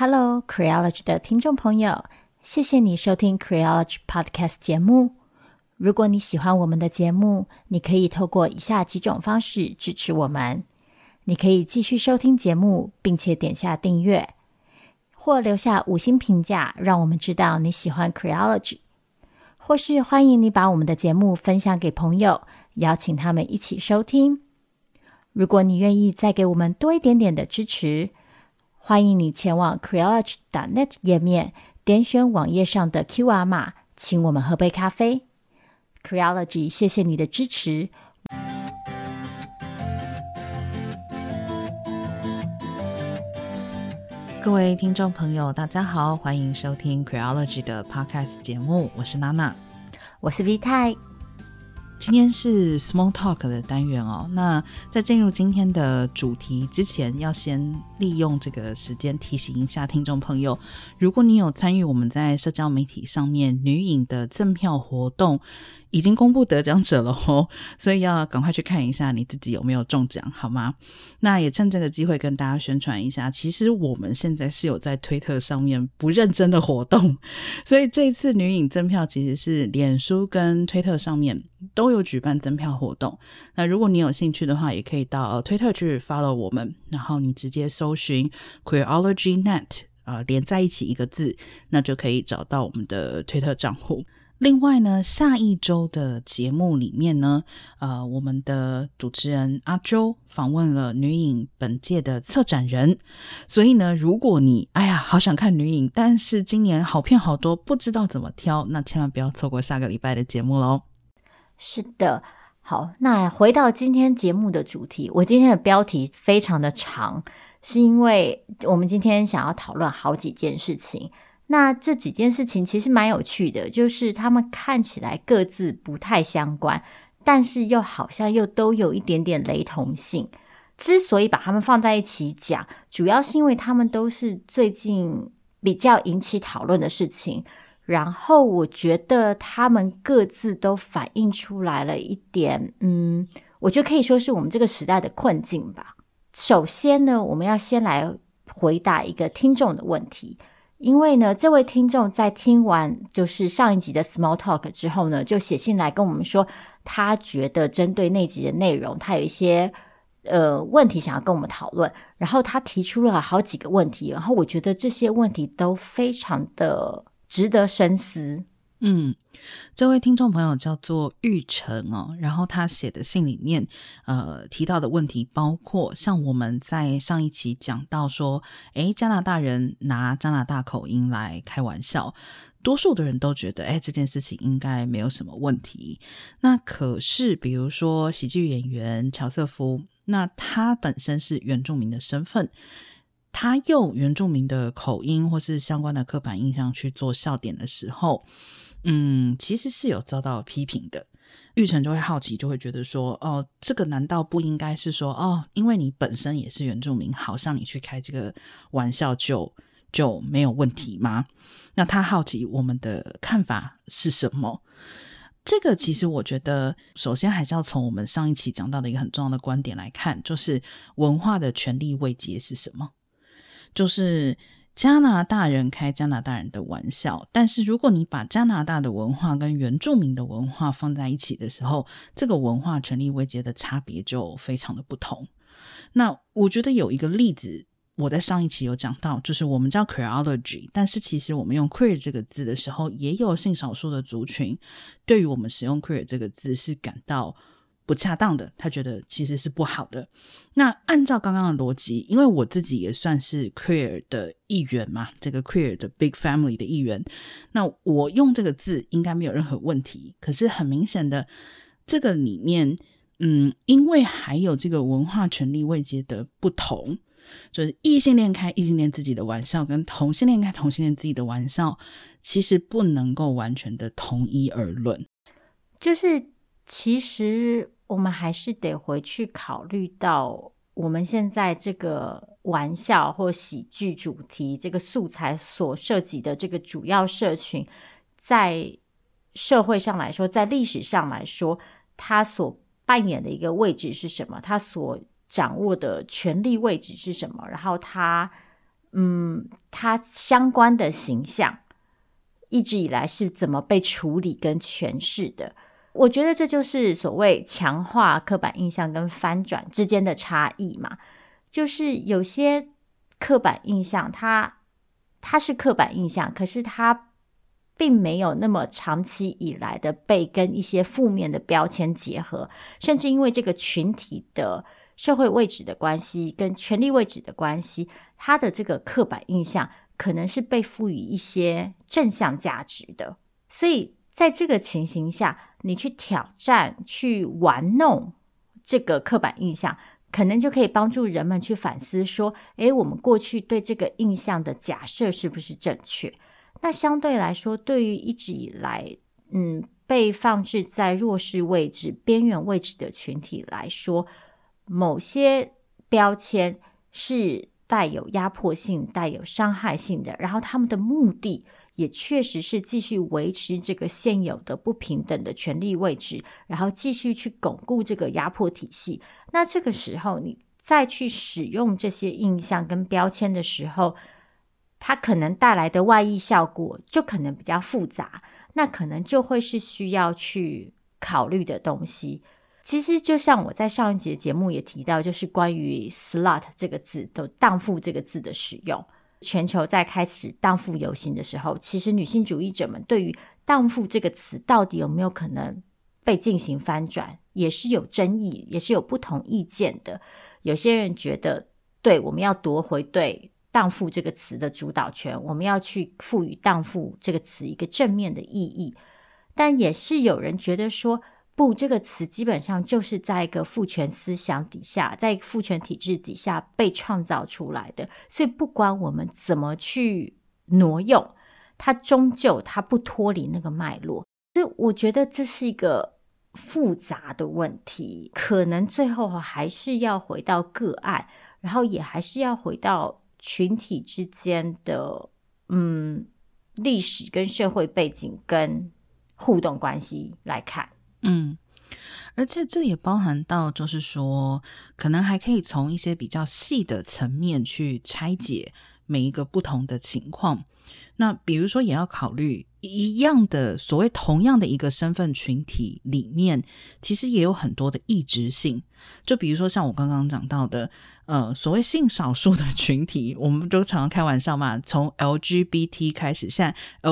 Hello Creology 的听众朋友，谢谢你收听 Creology Podcast 节目。如果你喜欢我们的节目，你可以透过以下几种方式支持我们。你可以继续收听节目，并且点下订阅，或留下5星评价，让我们知道你喜欢 Creology。或是欢迎你把我们的节目分享给朋友，邀请他们一起收听。如果你愿意再给我们多一点点的支持，欢迎你前往 Creology.net 页面，点选网页上的 QR 码，请我们喝杯咖啡。Creology 谢谢你的支持。 各位听众朋友大家好，欢迎收听 Creology 的 Podcast 节目，我是娜娜， 我是 V 太。 今天是 Small Talk 的单元哦。那在进入今天的主题之前，要先利用这个时间提醒一下听众朋友，如果你有参与我们在社交媒体上面女影的赠票活动，已经公布得奖者了哦，所以要赶快去看一下你自己有没有中奖，好吗？那也趁这个机会跟大家宣传一下，其实我们现在是有在推特上面不认真的活动，所以这一次女影赠票其实是脸书跟推特上面都有举办赠票活动。那如果你有兴趣的话，也可以到推特去 follow 我们，然后你直接搜寻 Creology.net 连在一起一个字，那就可以找到我们的推特账户。另外呢，下一周的节目里面呢，我们的主持人阿周访问了女影本届的策展人，所以呢，如果你好想看女影，但是今年好片好多，不知道怎么挑，那千万不要错过下个礼拜的节目咯。 是的，好，那回到今天节目的主题，我今天的标题非常的长，是因为我们今天想要讨论好几件事情。那这几件事情其实蛮有趣的，就是他们看起来各自不太相关，但是又好像又都有一点点雷同性。之所以把他们放在一起讲，主要是因为他们都是最近比较引起讨论的事情，然后我觉得他们各自都反映出来了一点我觉得可以说是我们这个时代的困境吧。首先呢，我们要先来回答一个听众的问题，因为呢，这位听众在听完就是上一集的 Small Talk 之后呢，就写信来跟我们说，他觉得针对那集的内容，他有一些问题想要跟我们讨论，然后他提出了好几个问题，然后我觉得这些问题都非常的值得深思。 这位听众朋友叫做玉成哦，然后他写的信里面提到的问题包括像我们在上一期讲到说加拿大人拿加拿大口音来开玩笑，多数的人都觉得这件事情应该没有什么问题。那可是比如说喜剧演员乔瑟夫，那他本身是原住民的身份，他用原住民的口音或是相关的刻板印象去做笑点的时候其实是有遭到批评的。玉成就会好奇，就会觉得说这个难道不应该是说因为你本身也是原住民，好像你去开这个玩笑就没有问题吗？那他好奇我们的看法是什么。这个其实我觉得首先还是要从我们上一期讲到的一个很重要的观点来看，就是文化的权力位阶是什么。就是加拿大人开加拿大人的玩笑，但是如果你把加拿大的文化跟原住民的文化放在一起的时候，这个文化权力位阶的差别就非常的不同。那我觉得有一个例子我在上一期有讲到，就是我们叫 Creology， 但是其实我们用 queer 这个字的时候，也有性少数的族群对于我们使用 queer 这个字是感到不恰当的，他觉得其实是不好的。那按照刚刚的逻辑，因为我自己也算是 queer 的一员嘛，这个 queer 的 big family 的一员，那我用这个字应该没有任何问题。可是很明显的，这个里面因为还有这个文化权力位阶的不同，就是异性恋开异性恋自己的玩笑跟同性恋开同性恋自己的玩笑，其实不能够完全的统一而论。 就是其实我们还是得回去考虑到我们现在这个玩笑或喜剧主题这个素材所涉及的这个主要社群，在社会上来说，在历史上来说，它所扮演的一个位置是什么，它所掌握的权力位置是什么，然后它它相关的形象一直以来是怎么被处理跟诠释的。我觉得这就是所谓强化刻板印象跟翻转之间的差异嘛，就是有些刻板印象它是刻板印象，可是它并没有那么长期以来的被跟一些负面的标签结合，甚至因为这个群体的社会位置的关系跟权力位置的关系，它的这个刻板印象可能是被赋予一些正向价值的。所以在这个情形下，你去挑战去玩弄这个刻板印象，可能就可以帮助人们去反思说，我们过去对这个印象的假设是不是正确。那相对来说，对于一直以来被放置在弱势位置边缘位置的群体来说，某些标签是带有压迫性带有伤害性的，然后他们的目的也确实是继续维持这个现有的不平等的权力位置，然后继续去巩固这个压迫体系。那这个时候你再去使用这些印象跟标签的时候，它可能带来的外溢效果就可能比较复杂，那可能就会是需要去考虑的东西。其实就像我在上一集的节目也提到，就是关于 slut 这个字的荡妇这个字的使用。全球在开始荡妇游行的时候，其实女性主义者们对于荡妇这个词到底有没有可能被进行翻转也是有争议，也是有不同意见的。有些人觉得对，我们要夺回对荡妇这个词的主导权，我们要去赋予荡妇这个词一个正面的意义。但也是有人觉得说，不，这个词基本上就是在一个父权思想底下，在一个父权体制底下被创造出来的，所以不管我们怎么去挪用，它终究它不脱离那个脉络。所以我觉得这是一个复杂的问题，可能最后还是要回到个案，然后也还是要回到群体之间的历史跟社会背景跟互动关系来看。 而且这也包含到就是说，可能还可以从一些比较细的层面去拆解每一个不同的情况。那比如说也要考虑一样的所谓同样的一个身份群体里面，其实也有很多的异质性。就比如说像我刚刚讲到的所谓性少数的群体，我们都常常开玩笑嘛，从 LGBT 开始，现在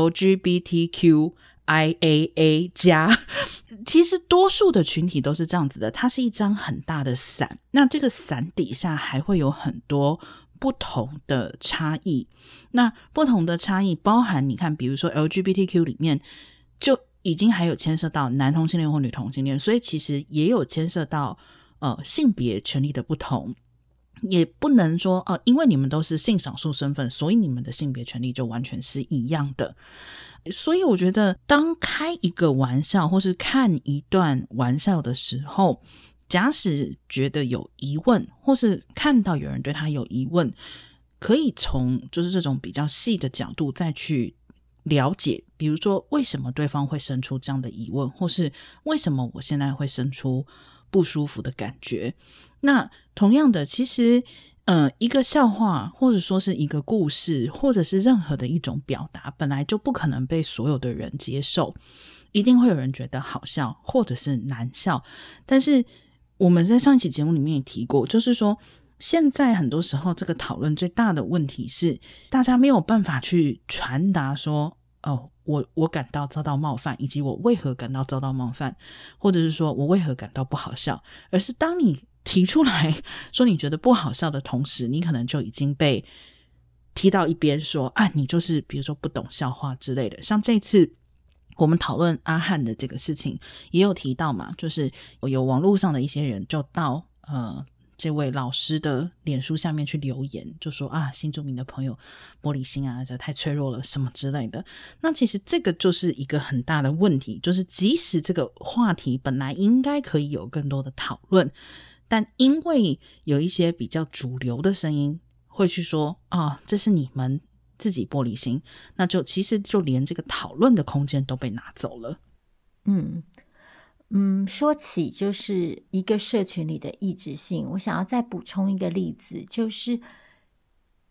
LGBTQIAA 加，其实多数的群体都是这样子的，它是一张很大的伞，那这个伞底下还会有很多不同的差异。那不同的差异包含你看比如说 LGBTQ 里面就已经还有牵涉到男同性恋或女同性恋，所以其实也有牵涉到性别权利的不同。也不能说因为你们都是性少数身份，所以你们的性别权利就完全是一样的。所以我觉得当开一个玩笑或是看一段玩笑的时候，假使觉得有疑问，或是看到有人对他有疑问，可以从就是这种比较细的角度再去了解，比如说为什么对方会生出这样的疑问，或是为什么我现在会生出不舒服的感觉。那同样的，其实一个笑话或者说是一个故事，或者是任何的一种表达，本来就不可能被所有的人接受，一定会有人觉得好笑或者是难笑。但是我们在上一期节目里面也提过，就是说现在很多时候这个讨论最大的问题是大家没有办法去传达说我感到遭到冒犯，以及我为何感到遭到冒犯，或者是说我为何感到不好笑，而是当你提出来说你觉得不好笑的同时，你可能就已经被踢到一边说你就是比如说不懂笑话之类的。像这次我们讨论阿汉的这个事情也有提到嘛，就是有网络上的一些人就到这位老师的脸书下面去留言，就说新住民的朋友玻璃心这太脆弱了什么之类的。那其实这个就是一个很大的问题，就是即使这个话题本来应该可以有更多的讨论，但因为有一些比较主流的声音会去说这是你们自己玻璃心，那就其实就连这个讨论的空间都被拿走了。 说起就是一个社群里的异质性，我想要再补充一个例子，就是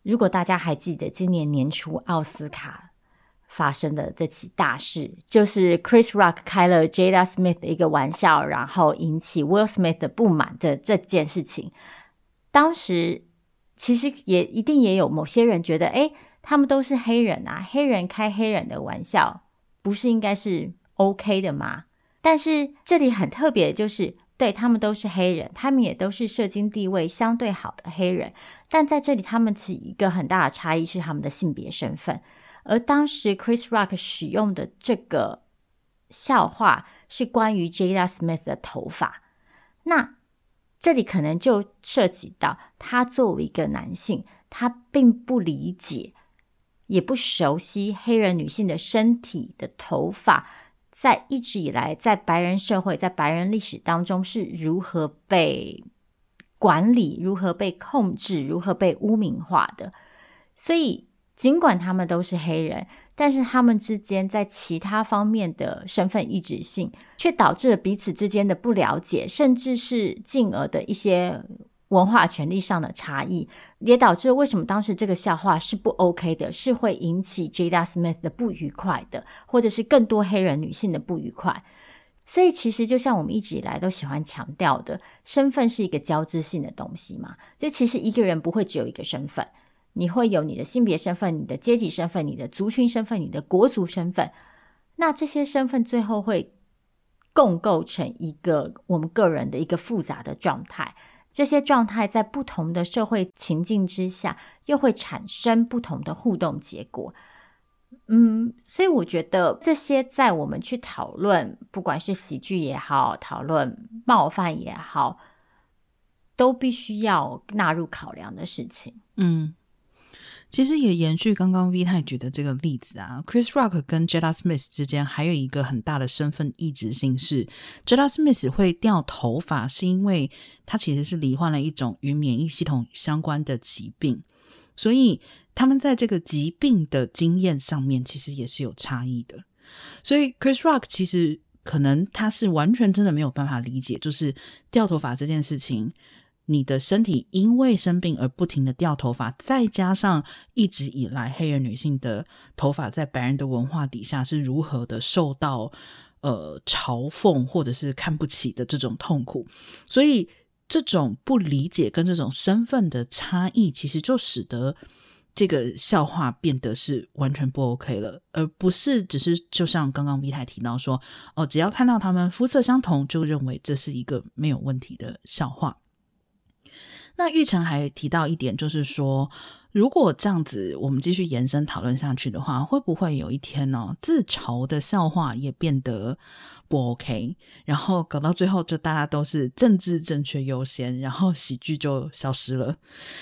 如果大家还记得今年年初奥斯卡发生的这起大事，就是 Chris Rock 开了 Jada Smith 的一个玩笑，然后引起 Will Smith 的不满的这件事情，当时其实一定也有某些人觉得，他们都是黑人啊，黑人开黑人的玩笑不是应该是 OK 的吗？但是这里很特别的就是对，他们都是黑人，他们也都是社经地位相对好的黑人，但在这里他们其一个很大的差异是他们的性别身份。而当时 Chris Rock 使用的这个笑话是关于 Jada Smith 的头发，那这里可能就涉及到他作为一个男性，他并不理解也不熟悉黑人女性的身体的头发在一直以来在白人社会在白人历史当中是如何被管理，如何被控制，如何被污名化的。所以尽管他们都是黑人，但是他们之间在其他方面的身份一致性却导致了彼此之间的不了解，甚至是进而的一些文化权利上的差异，也导致为什么当时这个笑话是不 OK 的，是会引起 Jada Smith 的不愉快的，或者是更多黑人女性的不愉快。所以其实就像我们一直以来都喜欢强调的，身份是一个交织性的东西嘛，就其实一个人不会只有一个身份，你会有你的性别身份，你的阶级身份，你的族群身份，你的国族身份，那这些身份最后会共构成一个我们个人的一个复杂的状态，这些状态在不同的社会情境之下又会产生不同的互动结果。所以我觉得这些在我们去讨论不管是喜剧也好，讨论冒犯也好，都必须要纳入考量的事情。 其实也延续刚刚 V 太举的这个例子啊， Chris Rock 跟 Jada Smith 之间还有一个很大的身份异质性是 Jada Smith 会掉头发是因为他其实是罹患了一种与免疫系统相关的疾病，所以他们在这个疾病的经验上面其实也是有差异的。所以 Chris Rock 其实可能他是完全真的没有办法理解，就是掉头发这件事情，你的身体因为生病而不停的掉头发，再加上一直以来黑人女性的头发在白人的文化底下是如何的受到嘲讽或者是看不起的这种痛苦，所以这种不理解跟这种身份的差异其实就使得这个笑话变得是完全不 OK 了，而不是只是就像刚刚 V 太提到说只要看到他们肤色相同就认为这是一个没有问题的笑话。那玉成还提到一点，就是说如果这样子我们继续延伸讨论下去的话，会不会有一天自嘲的笑话也变得不 OK， 然后搞到最后就大家都是政治正确优先，然后喜剧就消失了。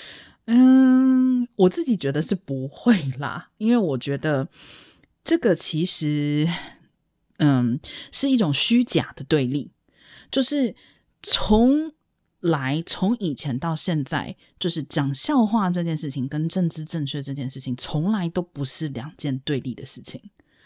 我自己觉得是不会啦，因为我觉得这个其实是一种虚假的对立，就是从以前到现在，就是讲笑话这件事情跟政治正确这件事情从来都不是两件对立的事情。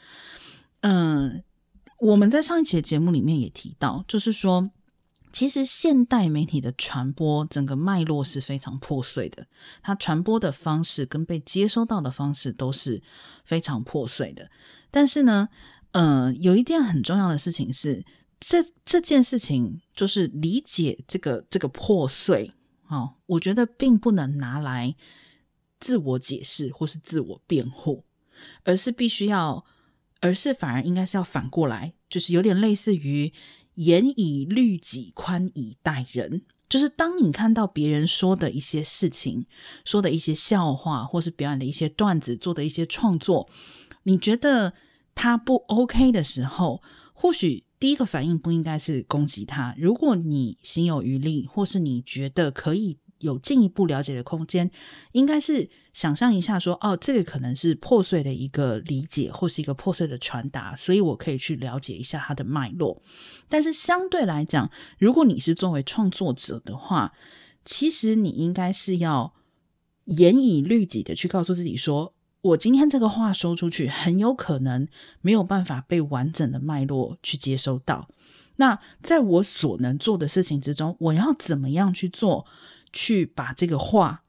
我们在上一期的节目里面也提到，就是说其实现代媒体的传播整个脉络是非常破碎的，它传播的方式跟被接收到的方式都是非常破碎的。但是呢有一件很重要的事情是这件事情就是理解这个破碎我觉得并不能拿来自我解释或是自我辩护，而是反而应该是要反过来，就是有点类似于严以律己，宽以待人。就是当你看到别人说的一些事情，说的一些笑话，或是表演的一些段子，做的一些创作，你觉得他不 OK 的时候，或许第一个反应不应该是攻击他，如果你心有余力，或是你觉得可以有进一步了解的空间，应该是想象一下说这个可能是破碎的一个理解，或是一个破碎的传达，所以我可以去了解一下它的脉络。但是相对来讲，如果你是作为创作者的话，其实你应该是要严以律己的去告诉自己说，我今天这个话说出去很有可能没有办法被完整的脉络去接收到，那在我所能做的事情之中，我要怎么样去做，去把这个话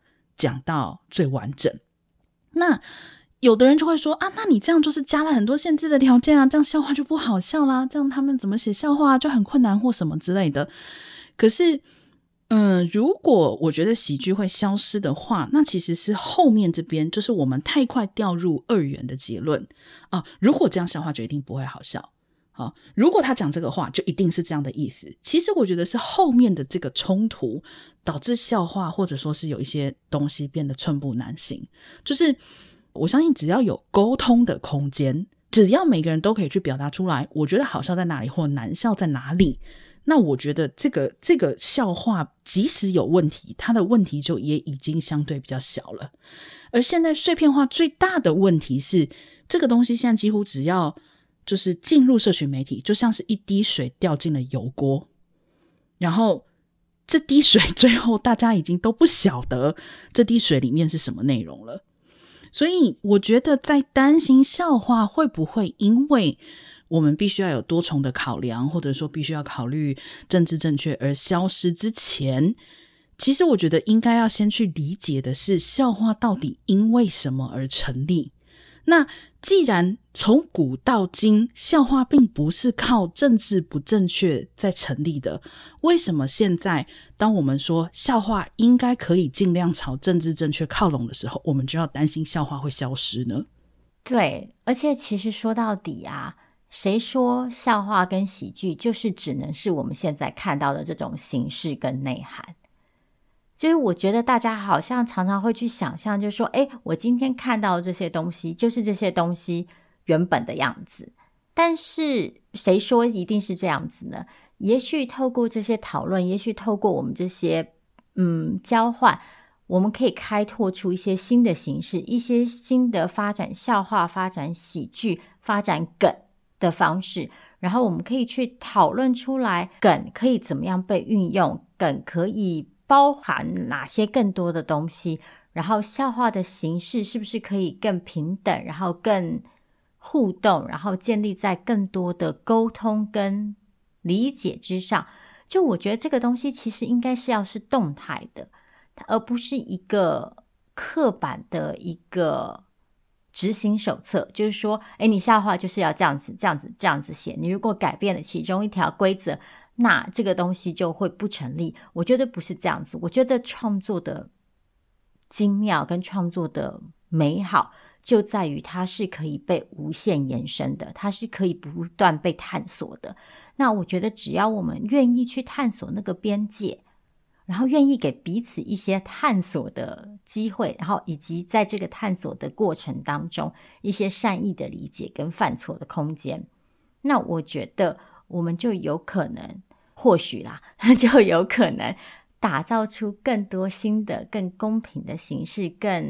讲到最完整。那有的人就会说啊，那你这样就是加了很多限制的条件啊，这样笑话就不好笑啦，这样他们怎么写笑话就很困难或什么之类的。可是如果我觉得喜剧会消失的话，那其实是后面这边就是我们太快掉入二元的结论啊。如果这样笑话就一定不会好笑，好，如果他讲这个话就一定是这样的意思。其实我觉得是后面的这个冲突导致笑话或者说是有一些东西变得寸步难行。就是我相信只要有沟通的空间，只要每个人都可以去表达出来，我觉得好笑在哪里或难笑在哪里，那我觉得这个笑话即使有问题，它的问题就也已经相对比较小了。而现在碎片化最大的问题是，这个东西现在几乎只要就是进入社群媒体，就像是一滴水掉进了油锅，然后这滴水最后大家已经都不晓得这滴水里面是什么内容了。所以我觉得在担心笑话会不会因为我们必须要有多重的考量，或者说必须要考虑政治正确而消失之前，其实我觉得应该要先去理解的是笑话到底因为什么而成立。那既然从古到今笑话并不是靠政治不正确在成立的，为什么现在当我们说笑话应该可以尽量朝政治正确靠拢的时候，我们就要担心笑话会消失呢？ 对，而且其实说到底啊，谁说笑话跟喜剧就是只能是我们现在看到的这种形式跟内涵？就是我觉得大家好像常常会去想象，就是说我今天看到的这些东西就是这些东西原本的样子，但是谁说一定是这样子呢？也许透过这些讨论，也许透过我们这些交换，我们可以开拓出一些新的形式，一些新的发展笑话、发展喜剧、发展梗的方式，然后我们可以去讨论出来梗可以怎么样被运用，梗可以包含哪些更多的东西，然后笑话的形式是不是可以更平等，然后更互动，然后建立在更多的沟通跟理解之上。就我觉得这个东西其实应该是要是动态的，而不是一个刻板的一个执行手册，就是说你笑话就是要这样子这样子这样子写，你如果改变了其中一条规则，那这个东西就会不成立。我觉得不是这样子，我觉得创作的精妙跟创作的美好就在于它是可以被无限延伸的，它是可以不断被探索的。那我觉得只要我们愿意去探索那个边界，然后愿意给彼此一些探索的机会，然后以及在这个探索的过程当中一些善意的理解跟犯错的空间，那我觉得我们就有可能，或许啦，就有可能打造出更多新的更公平的形式，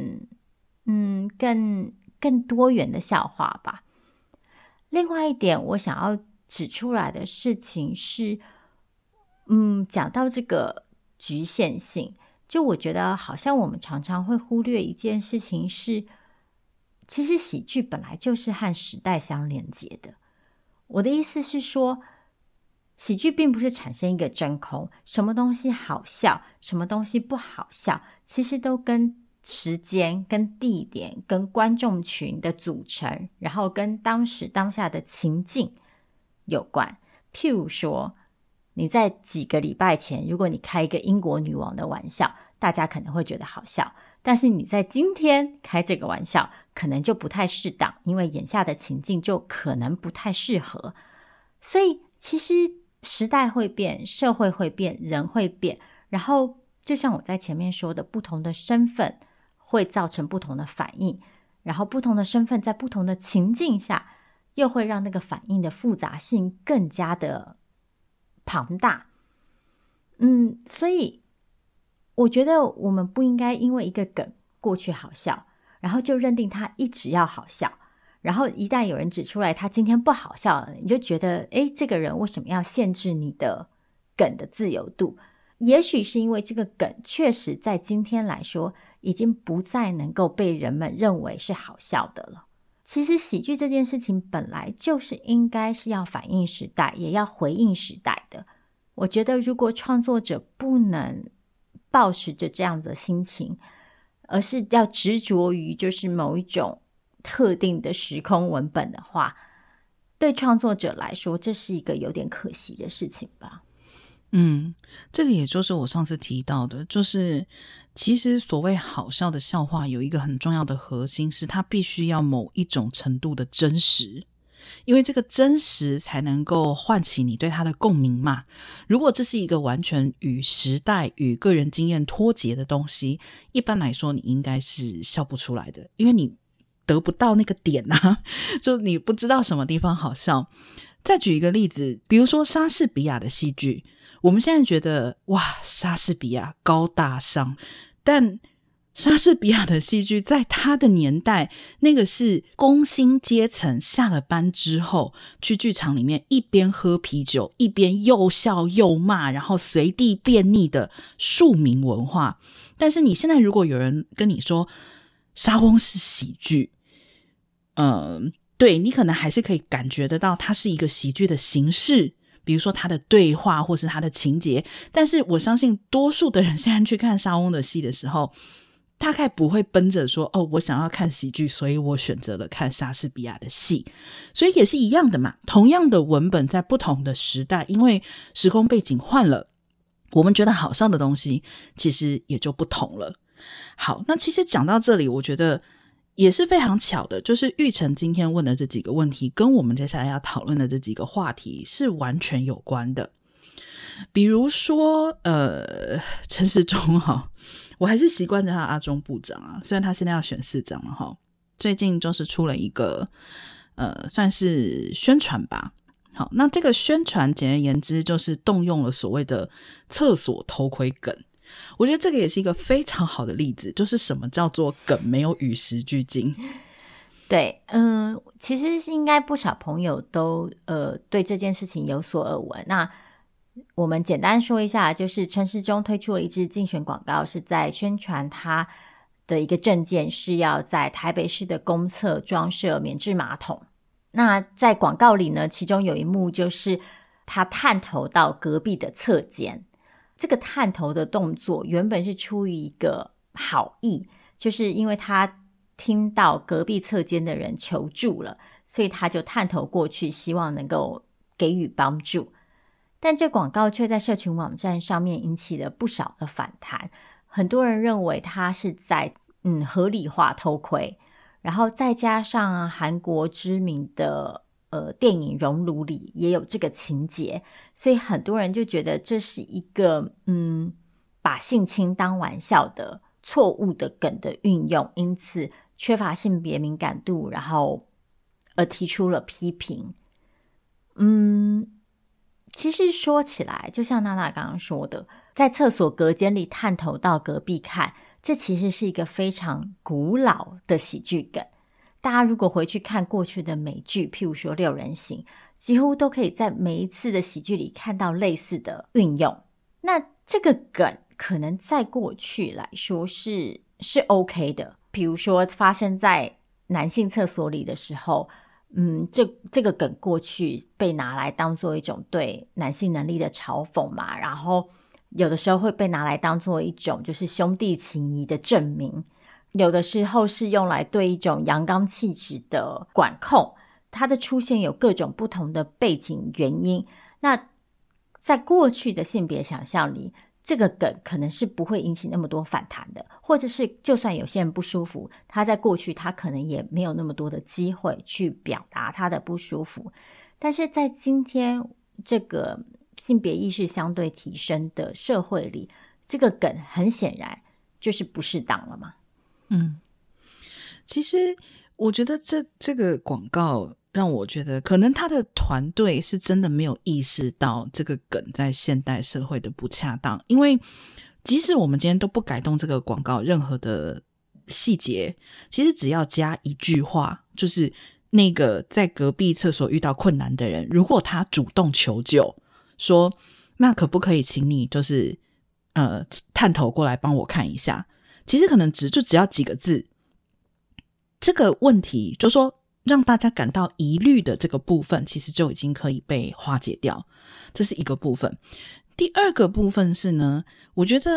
更多元的笑话吧。另外一点我想要指出来的事情是讲到这个局限性，就我觉得好像我们常常会忽略一件事情是，其实喜剧本来就是和时代相连接的。我的意思是说，喜剧并不是产生一个真空，什么东西好笑，什么东西不好笑，其实都跟时间、跟地点、跟观众群的组成，然后跟当时当下的情境有关。譬如说，你在几个礼拜前，如果你开一个英国女王的玩笑，大家可能会觉得好笑，但是你在今天开这个玩笑可能就不太适当，因为眼下的情境就可能不太适合。所以其实时代会变，社会会变，人会变，然后就像我在前面说的，不同的身份会造成不同的反应，然后不同的身份在不同的情境下又会让那个反应的复杂性更加的庞大。所以我觉得我们不应该因为一个梗过去好笑，然后就认定它一直要好笑，然后一旦有人指出来他今天不好笑了，你就觉得这个人为什么要限制你的梗的自由度？也许是因为这个梗确实在今天来说已经不再能够被人们认为是好笑的了。其实喜剧这件事情本来就是应该是要反映时代，也要回应时代的。我觉得如果创作者不能抱持着这样的心情， 而是要执着于就是某一种特定的时空文本的话，对创作者来说这是一个有点可惜的事情吧。 这个也就是我上次提到的，就是其实所谓好笑的笑话有一个很重要的核心，是它必须要某一种程度的真实，因为这个真实才能够唤起你对它的共鸣嘛。如果这是一个完全与时代与个人经验脱节的东西，一般来说你应该是笑不出来的，因为你得不到那个点啊，就你不知道什么地方好笑。再举一个例子，比如说莎士比亚的戏剧，我们现在觉得哇，莎士比亚高大上，但莎士比亚的戏剧在他的年代，那个是工薪阶层下了班之后去剧场里面一边喝啤酒一边又笑又骂，然后随地便溺的庶民文化。但是你现在如果有人跟你说莎翁是喜剧，对，你可能还是可以感觉得到它是一个喜剧的形式，比如说他的对话或是他的情节，但是我相信多数的人现在去看莎翁的戏的时候，大概不会奔着说我想要看喜剧，所以我选择了看莎士比亚的戏。所以也是一样的嘛，同样的文本在不同的时代，因为时空背景换了，我们觉得好笑的东西其实也就不同了。好，那其实讲到这里，我觉得也是非常巧的，就是玉成今天问的这几个问题跟我们接下来要讨论的这几个话题是完全有关的。比如说陈时中我还是习惯着他阿中部长啊，虽然他现在要选市长了最近就是出了一个算是宣传吧。好，那这个宣传简而言之就是动用了所谓的厕所偷窥梗。我觉得这个也是一个非常好的例子，就是什么叫做梗没有与时俱进。 对，其实应该不少朋友都对这件事情有所耳闻。那我们简单说一下，就是陈时中推出了一支竞选广告，是在宣传他的一个政见是要在台北市的公厕装设免治马桶。那在广告里呢，其中有一幕就是他探头到隔壁的侧间，这个探头的动作原本是出于一个好意，就是因为他听到隔壁侧间的人求助了，所以他就探头过去，希望能够给予帮助。但这广告却在社群网站上面引起了不少的反弹，很多人认为他是在合理化偷窥，然后再加上韩国知名的电影《熔炉》里也有这个情节，所以很多人就觉得这是一个把性侵当玩笑的错误的梗的运用，因此缺乏性别敏感度，然后提出了批评。其实说起来，就像娜娜刚刚说的，在厕所隔间里探头到隔壁看，这其实是一个非常古老的喜剧梗。大家如果回去看过去的美剧，譬如說《六人行》，几乎都可以在每一次的喜剧里看到类似的运用。那这个梗可能在过去来说是 OK 的，比如说发生在男性厕所里的时候，这个梗过去被拿来当做一种对男性能力的嘲讽嘛，然后有的时候会被拿来当做一种就是兄弟情谊的证明，有的时候是用来对一种阳刚气质的管控，它的出现有各种不同的背景原因。那在过去的性别想象里，这个梗可能是不会引起那么多反弹的，或者是就算有些人不舒服，他在过去他可能也没有那么多的机会去表达他的不舒服。但是在今天这个性别意识相对提升的社会里，这个梗很显然就是不适当了嘛。 其实我觉得这个广告让我觉得可能他的团队是真的没有意识到这个梗在现代社会的不恰当，因为即使我们今天都不改动这个广告任何的细节，其实只要加一句话，就是那个在隔壁厕所遇到困难的人，如果他主动求救说那可不可以请你就是探头过来帮我看一下，其实可能只要几个字，这个问题就说让大家感到疑虑的这个部分其实就已经可以被化解掉，这是一个部分。第二个部分是呢，我觉得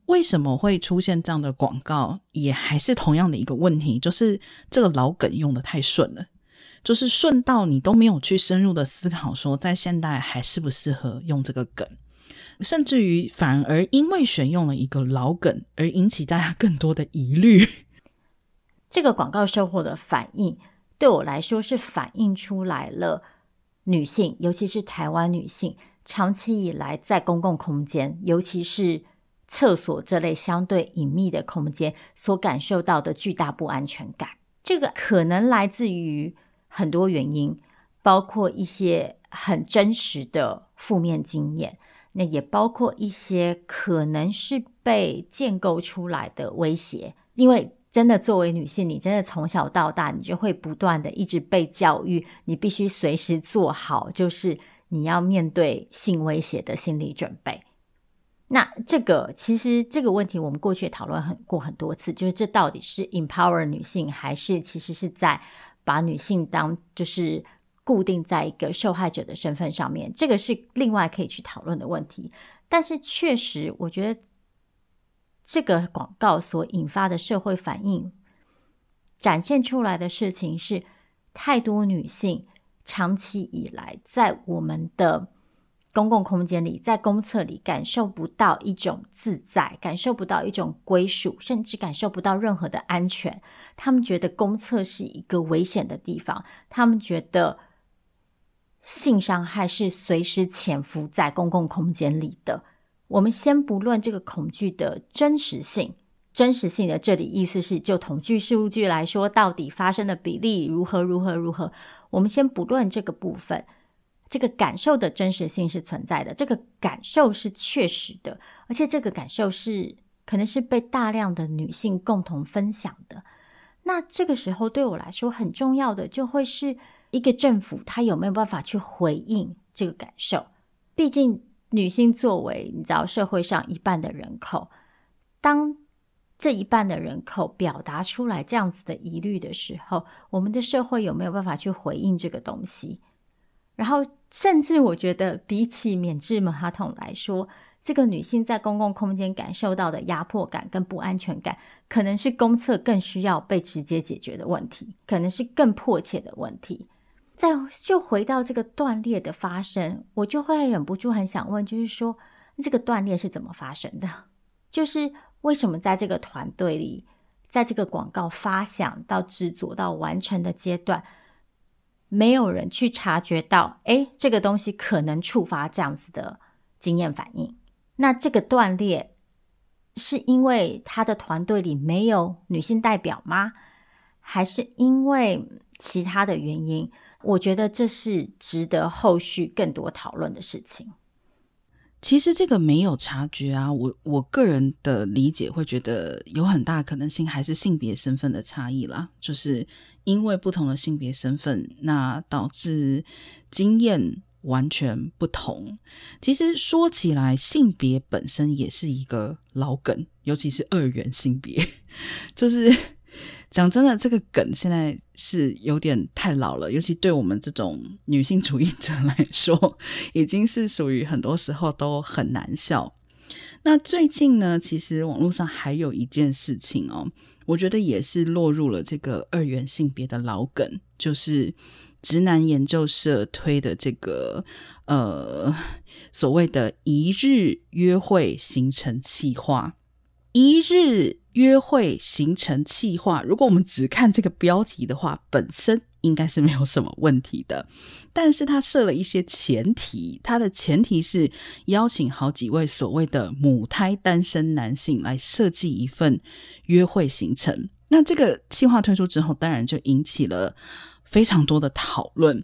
为什么会出现这样的广告，也还是同样的一个问题，就是这个老梗用得太顺了，就是顺到你都没有去深入的思考说在现代还适不适合用这个梗，甚至于反而因为选用了一个老梗而引起大家更多的疑虑。 这个广告收获的反应对我来说是反映出来了女性，尤其是台湾女性长期以来在公共空间，尤其是厕所这类相对隐秘的空间所感受到的巨大不安全感。这个可能来自于很多原因，包括一些很真实的负面经验，那也包括一些可能是被建构出来的威胁。因为真的作为女性，你真的从小到大你就会不断的一直被教育，你必须随时做好就是你要面对性威胁的心理准备。那其实这个问题我们过去也讨论过很多次，就是这到底是 empower 女性，还是其实是在把女性当就是固定在一个受害者的身份上面，这个是另外可以去讨论的问题。但是确实我觉得这个广告所引发的社会反应展现出来的事情是，太多女性长期以来在我们的公共空间里，在公厕里感受不到一种自在，感受不到一种归属，甚至感受不到任何的安全。他们觉得公厕是一个危险的地方，他们觉得性伤害是随时潜伏在公共空间里的。我们先不论这个恐惧的真实性，真实性的这里意思是就统计数据来说，到底发生的比例如何，我们先不论这个部分，这个感受的真实性是存在的，这个感受是确实的，而且这个感受是可能是被大量的女性共同分享的。那这个时候对我来说很重要的就会是一个政府它有没有办法去回应这个感受。毕竟女性作为你知道社会上一半的人口，当这一半的人口表达出来这样子的疑虑的时候，我们的社会有没有办法去回应这个东西。然后甚至我觉得比起免治马桶来说，这个女性在公共空间感受到的压迫感跟不安全感，可能是公厕更需要被直接解决的问题，可能是更迫切的问题。再就回到这个断裂的发生，我就会忍不住很想问，就是说这个断裂是怎么发生的？就是为什么在这个团队里，在这个广告发想到制作到完成的阶段，没有人去察觉到这个东西可能触发这样子的经验反应。那这个断裂是因为他的团队里没有女性代表吗？还是因为其他的原因？我觉得这是值得后续更多讨论的事情。 其实这个没有察觉啊，我个人的理解会觉得有很大可能性还是性别身份的差异啦，就是因为不同的性别身份，那导致经验完全不同。其实说起来，性别本身也是一个老梗，尤其是二元性别，就是讲真的，这个梗现在是有点太老了，尤其对我们这种女性主义者来说，已经是属于很多时候都很难笑。那最近呢，其实网络上还有一件事情哦，我觉得也是落入了这个二元性别的老梗，就是直男研究社推的这个所谓的一日约会行程企划。一日约会行程企划，如果我们只看这个标题的话，本身应该是没有什么问题的，但是他设了一些前提，他的前提是邀请好几位所谓的母胎单身男性来设计一份约会行程。那这个企划推出之后，当然就引起了非常多的讨论。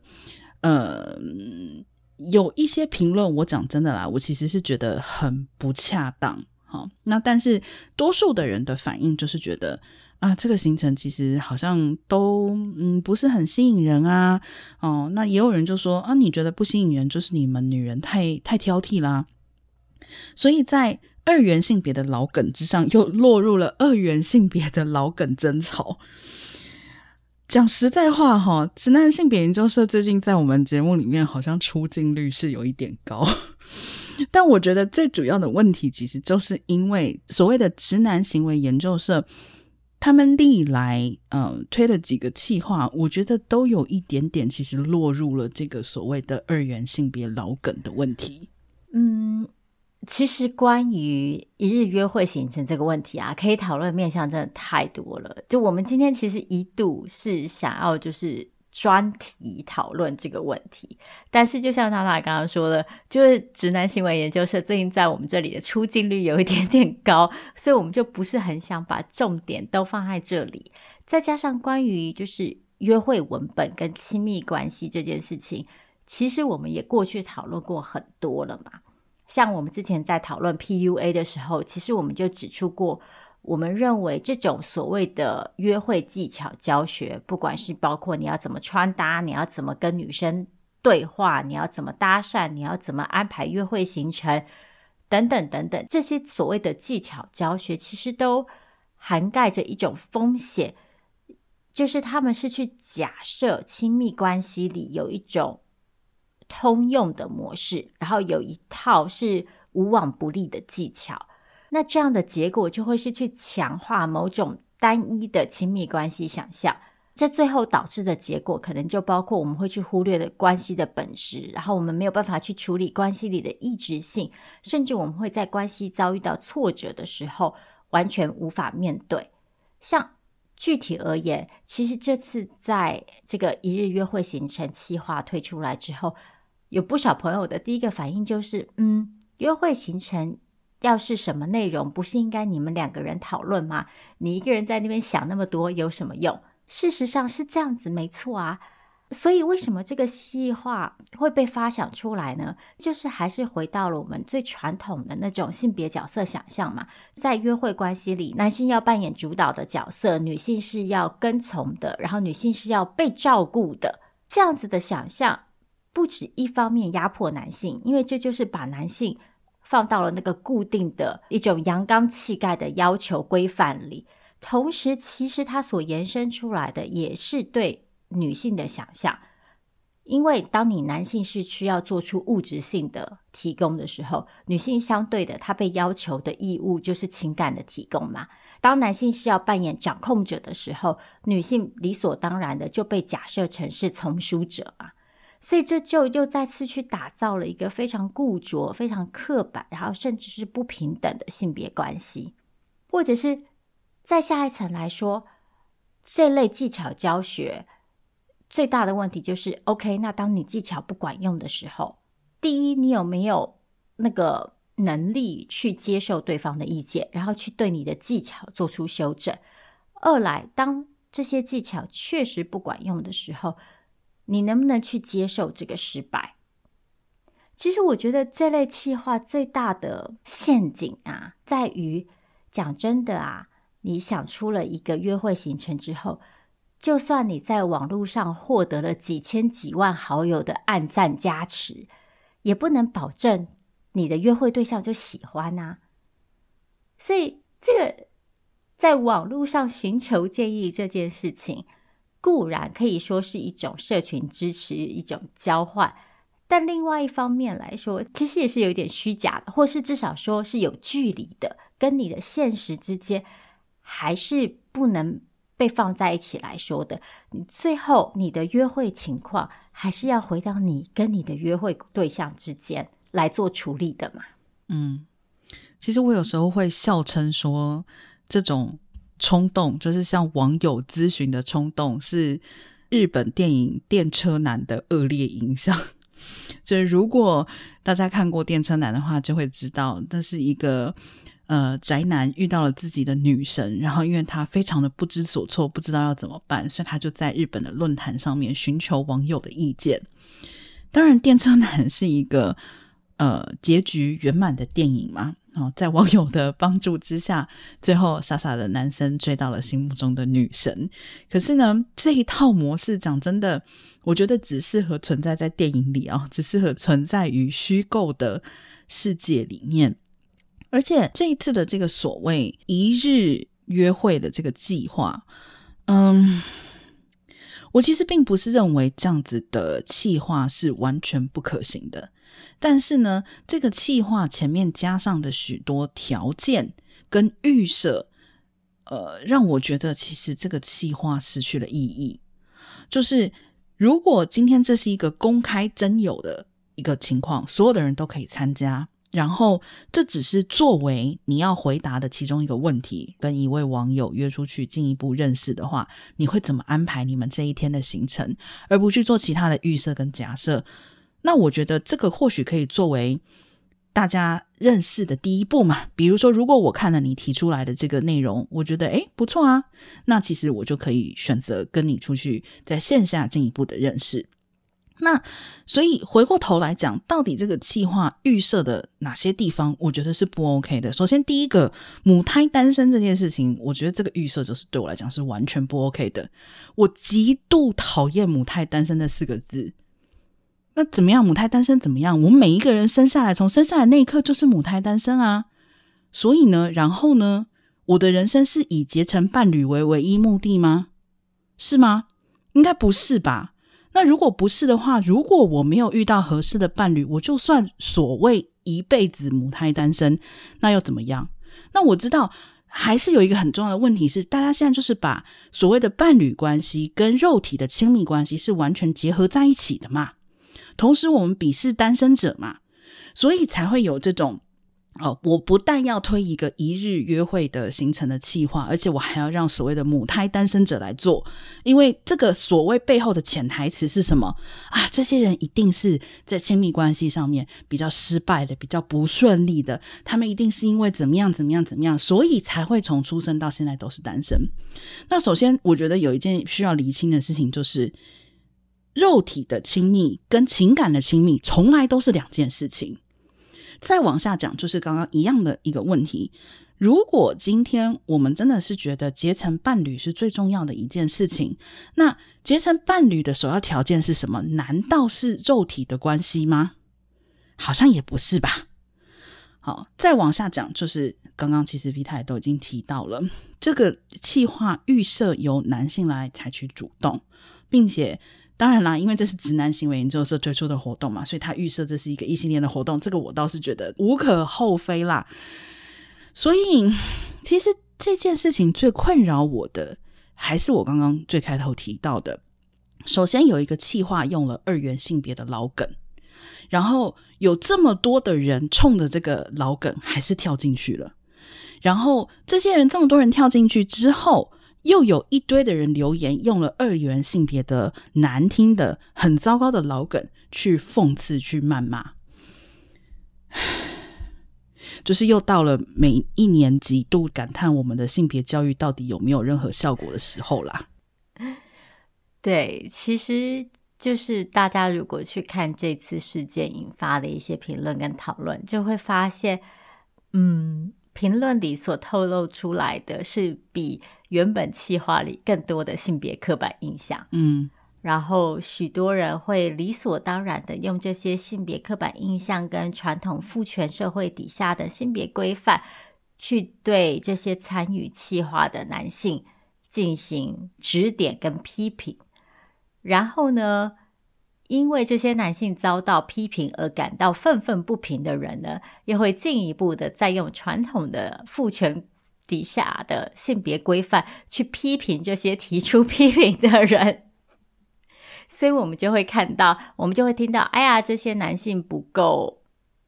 有一些评论，我讲真的啦，我其实是觉得很不恰当。好，那但是多数的人的反应就是觉得啊，这个行程其实好像都不是很吸引人啊。那也有人就说啊，你觉得不吸引人，就是你们女人太挑剔啦。所以在二元性别的老梗之上，又落入了二元性别的老梗争吵。讲实在话哈，直男性别研究社最近在我们节目里面好像出镜率是有一点高。 但我觉得最主要的问题其实就是因为所谓的直男行为研究社，他们历来推了几个企划，我觉得都有一点点其实落入了这个所谓的二元性别老梗的问题。 其实关于一日约会行程这个问题啊，可以讨论面向真的太多了。就我们今天其实一度是想要就是专题讨论这个问题，但是就像娜娜刚刚说的，就是直男行为研究社最近在我们这里的出镜率有一点点高，所以我们就不是很想把重点都放在这里。再加上关于就是约会文本跟亲密关系这件事情，其实我们也过去讨论过很多了嘛。像我们之前在讨论 PUA 的时候，其实我们就指出过，我们认为这种所谓的约会技巧教学，不管是包括你要怎么穿搭，你要怎么跟女生对话，你要怎么搭讪，你要怎么安排约会行程等等等等，这些所谓的技巧教学其实都涵盖着一种风险，就是他们是去假设亲密关系里有一种通用的模式，然后有一套是无往不利的技巧，那这样的结果就会是去强化某种单一的亲密关系想象，这最后导致的结果可能就包括我们会去忽略的关系的本质，然后我们没有办法去处理关系里的异质性，甚至我们会在关系遭遇到挫折的时候完全无法面对。像具体而言，其实这次在这个一日约会行程企划推出来之后，有不少朋友的第一个反应就是约会行程要是什么内容，不是应该你们两个人讨论吗？你一个人在那边想那么多有什么用？事实上是这样子没错啊，所以为什么这个企划会被发想出来呢？就是还是回到了我们最传统的那种性别角色想象嘛。在约会关系里，男性要扮演主导的角色，女性是要跟从的，然后女性是要被照顾的，这样子的想象不止一方面压迫男性，因为这就是把男性放到了那个固定的一种阳刚气概的要求规范里，同时其实它所延伸出来的也是对女性的想象，因为当你男性是需要做出物质性的提供的时候，女性相对的她被要求的义务就是情感的提供嘛。当男性是要扮演掌控者的时候，女性理所当然的就被假设成是从属者嘛。所以这就又再次去打造了一个非常固着、非常刻板，然后甚至是不平等的性别关系。或者是在下一层来说，这类技巧教学最大的问题就是 OK， 那当你技巧不管用的时候，第一，你有没有那个能力去接受对方的意见，然后去对你的技巧做出修正？二来，当这些技巧确实不管用的时候，你能不能去接受这个失败？其实我觉得这类企划最大的陷阱啊，在于讲真的啊，你想出了一个约会行程之后，就算你在网络上获得了几千几万好友的按赞加持，也不能保证你的约会对象就喜欢啊。所以这个在网络上寻求建议这件事情，固然可以说是一种社群支持，一种交换，但另外一方面来说，其实也是有一点虚假的，或是至少说是有距离的，跟你的现实之间还是不能被放在一起来说的。你最后你的约会情况还是要回到你跟你的约会对象之间来做处理的嘛。 其实我有时候会笑称说，这种冲动就是向网友咨询的冲动，是日本电影《电车男》的恶劣影响。就是如果大家看过《电车男》的话，就会知道那是一个宅男遇到了自己的女神，然后因为他非常的不知所措，不知道要怎么办，所以他就在日本的论坛上面寻求网友的意见。当然，《电车男》是一个结局圆满的电影嘛。在网友的帮助之下，最后傻傻的男生追到了心目中的女神。可是呢，这一套模式讲真的，我觉得只适合存在在电影里只适合存在于虚构的世界里面。而且这一次的这个所谓一日约会的这个计划，我其实并不是认为这样子的企划是完全不可行的。 但是呢，这个企划前面加上的许多条件跟预设，让我觉得其实这个企划失去了意义。就是如果今天这是一个公开真有的一个情况，所有的人都可以参加，然后这只是作为你要回答的其中一个问题，跟一位网友约出去进一步认识的话，你会怎么安排你们这一天的行程，而不去做其他的预设跟假设。那我觉得这个或许可以作为大家认识的第一步嘛。比如说如果我看了你提出来的这个内容，我觉得不错啊，那其实我就可以选择跟你出去在线下进一步的认识。那所以回过头来讲，到底这个企划预设的哪些地方我觉得是不 OK 的。首先第一个，母胎单身这件事情，我觉得这个预设就是对我来讲是完全不 OK 的。我极度讨厌母胎单身这4个字。那怎么样，母胎单身怎么样？我们每一个人生下来，从生下来那一刻就是母胎单身啊。所以呢，然后呢，我的人生是以结成伴侣为唯一目的吗？是吗？应该不是吧。那如果不是的话，如果我没有遇到合适的伴侣，我就算所谓一辈子母胎单身，那又怎么样？那我知道还是有一个很重要的问题是，大家现在就是把所谓的伴侣关系跟肉体的亲密关系是完全结合在一起的嘛。同时我们鄙视单身者嘛，所以才会有这种我不但要推一个一日约会的行程的企划，而且我还要让所谓的母胎单身者来做。因为这个所谓背后的潜台词是什么啊？这些人一定是在亲密关系上面比较失败的，比较不顺利的，他们一定是因为怎么样怎么样怎么样，所以才会从出生到现在都是单身。那首先我觉得有一件需要厘清的事情，就是肉体的亲密跟情感的亲密从来都是2件事情。再往下讲，就是刚刚一样的一个问题，如果今天我们真的是觉得结成伴侣是最重要的一件事情，那结成伴侣的首要条件是什么？难道是肉体的关系吗？好像也不是吧。好，再往下讲，就是刚刚其实 Vita 也都已经提到了，这个企划预设由男性来采取主动，并且当然啦，因为这是直男行为研究社推出的活动嘛，所以他预设这是一个异性恋的活动，这个我倒是觉得无可厚非啦。所以其实这件事情最困扰我的还是我刚刚最开头提到的，首先有一个企划用了2元性别的老梗，然后有这么多的人冲着这个老梗还是跳进去了，然后这些人这么多人跳进去之后，又有一堆的人留言用了2元性别的难听的很糟糕的老梗去讽刺去谩骂，就是又到了每一年极度感叹我们的性别教育到底有没有任何效果的时候啦。 对，其实就是大家如果去看这次事件引发的一些评论跟讨论，就会发现评论里所透露出来的是比原本企划里更多的性别刻板印象。然后许多人会理所当然的用这些性别刻板印象跟传统父权社会底下的性别规范去对这些参与企划的男性进行指点跟批评。然后呢，因为这些男性遭到批评而感到愤愤不平的人呢，又会进一步的再用传统的父权底下的性别规范去批评这些提出批评的人。所以我们就会看到，我们就会听到，哎呀，这些男性不够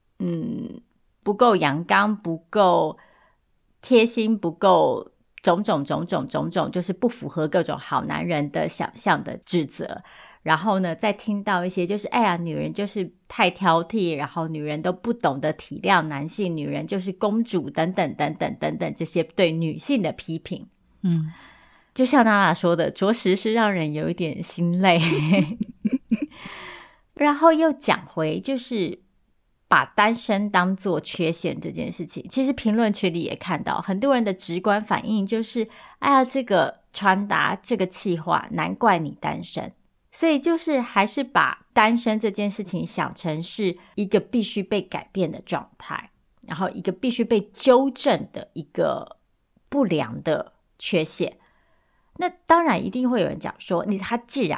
阳刚，不够贴心，不够种种，就是不符合各种好男人的想象的指责。然后呢，再听到一些就是哎呀，女人就是太挑剔，然后女人都不懂得体谅男性，女人就是公主等等等等等等，这些对女性的批评。就像娜娜说的，着实是让人有一点心累。然后又讲回就是把单身当作缺陷这件事情，其实评论区里也看到很多人的直观反应就是哎呀，这个传达这个企划难怪你单身。所以就是还是把单身这件事情想成是一个必须被改变的状态，然后一个必须被纠正的一个不良的缺陷。那当然一定会有人讲说，他既然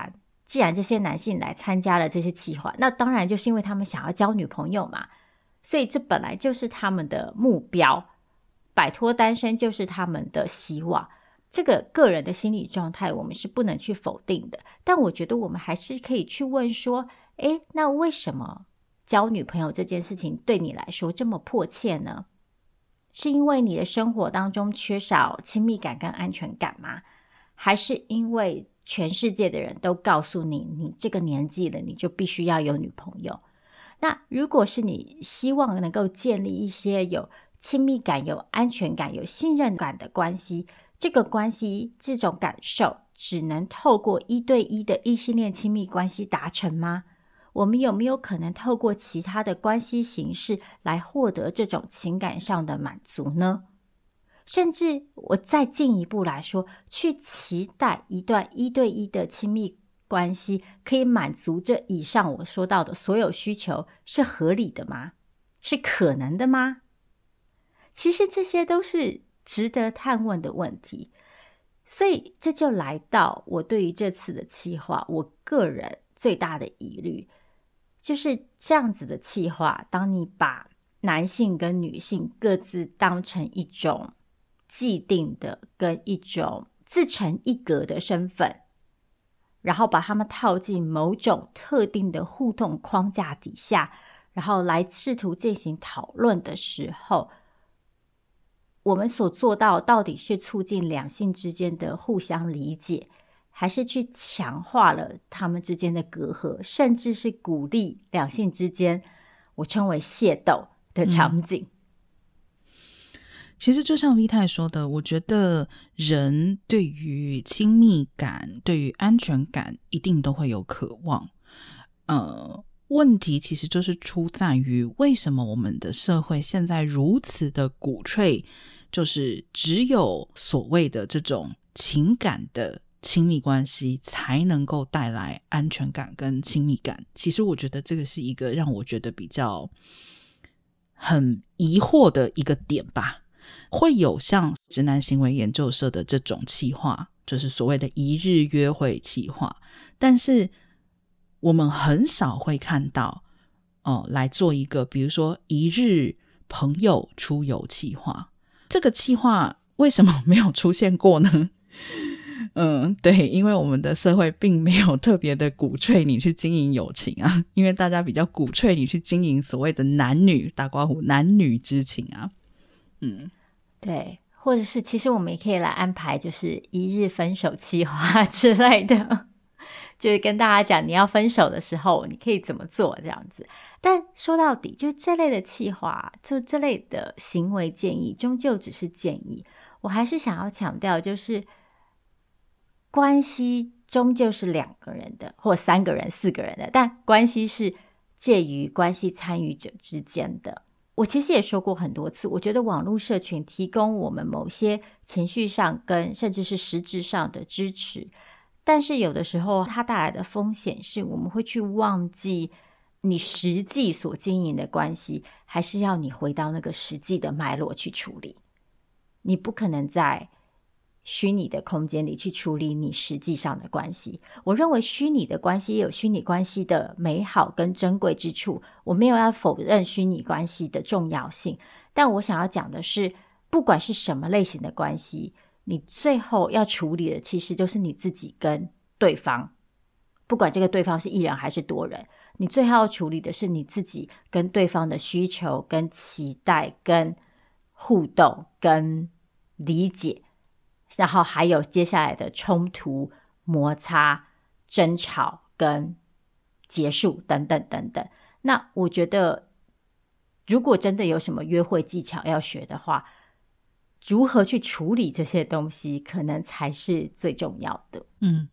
既然这些男性来参加了这些企划，那当然就是因为他们想要交女朋友嘛，所以这本来就是他们的目标，摆脱单身就是他们的希望。这个个人的心理状态我们是不能去否定的，但我觉得我们还是可以去问说，那为什么交女朋友这件事情对你来说这么迫切呢？是因为你的生活当中缺少亲密感跟安全感吗？还是因为全世界的人都告诉你，你这个年纪了，你就必须要有女朋友？那如果是你希望能够建立一些有亲密感、有安全感、有信任感的关系，这个关系这种感受只能透过1对1的异性恋亲密关系达成吗？我们有没有可能透过其他的关系形式来获得这种情感上的满足呢？甚至我再进一步来说，去期待一段1对1的亲密关系可以满足这以上我说到的所有需求，是合理的吗？是可能的吗？其实这些都是值得探问的问题。所以这就来到我对于这次的企划，我个人最大的疑虑，就是这样子的企划，当你把男性跟女性各自当成一种既定的跟一种自成一格的身份，然后把他们套进某种特定的互动框架底下，然后来试图进行讨论的时候，我们所做到底是促进两性之间的互相理解，还是去强化了他们之间的隔阂，甚至是鼓励两性之间我称为械斗的场景？ 其实就像 V 太说的，我觉得人对于亲密感、对于安全感一定都会有渴望。问题其实就是出在于为什么我们的社会现在如此的鼓吹，就是只有所谓的这种情感的亲密关系才能够带来安全感跟亲密感。其实我觉得这个是一个让我觉得比较很疑惑的一个点吧。会有像直男行为研究社的这种企划，就是所谓的一日约会企划，但是我们很少会看到来做一个比如说一日朋友出游企划。这个企划为什么没有出现过呢？对，因为我们的社会并没有特别的鼓吹你去经营友情啊，因为大家比较鼓吹你去经营所谓的男女打括弧男女之情啊。 对，或者是其实我们也可以来安排就是一日分手企划之类的，就是跟大家讲你要分手的时候你可以怎么做这样子。但说到底就是这类的企划，就这类的行为建议终究只是建议。我还是想要强调，就是关系终究是2个人的，或3个人、4个人的，但关系是介于关系参与者之间的。我其实也说过很多次，我觉得网络社群提供我们某些情绪上跟甚至是实质上的支持，但是有的时候它带来的风险是我们会去忘记你实际所经营的关系，还是要你回到那个实际的脉络去处理。你不可能在虚拟的空间里去处理你实际上的关系。我认为虚拟的关系也有虚拟关系的美好跟珍贵之处，我没有要否认虚拟关系的重要性，但我想要讲的是，不管是什么类型的关系，你最后要处理的其实就是你自己跟对方，不管这个对方是一人还是多人，你最后要处理的是你自己跟对方的需求跟期待跟互动跟理解，然后还有接下来的冲突、摩擦、争吵跟结束等等等等。那我觉得如果真的有什么约会技巧要学的话，如何去处理这些东西可能才是最重要的。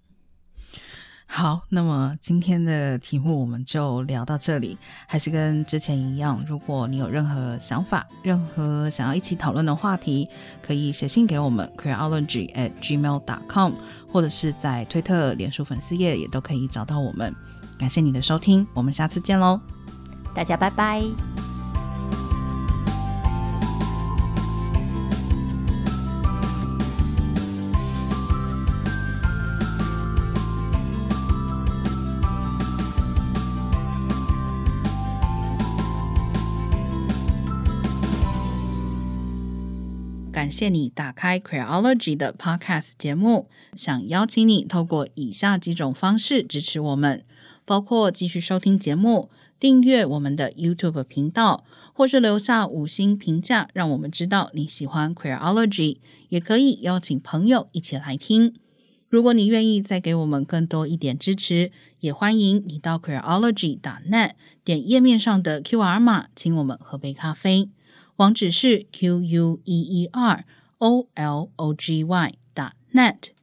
好，那么今天的题目我们就聊到这里。还是跟之前一样，如果你有任何想法，任何想要一起讨论的话题，可以写信给我们 queerology@gmail.com， 或者是在推特、脸书粉丝页也都可以找到我们。感谢你的收听，我们下次见咯， 大家拜拜。 感谢你打开 Queerology 的 Podcast 节目，想邀请你透过以下几种方式支持我们，包括继续收听节目、订阅我们的 YouTube 频道，或是留下5星评价，让我们知道你喜欢 Queerology， 也可以邀请朋友一起来听。如果你愿意再给我们更多一点支持，也欢迎你到 Queerology.net 点页面上的 QR 码，请我们喝杯咖啡。网址是 queerology.net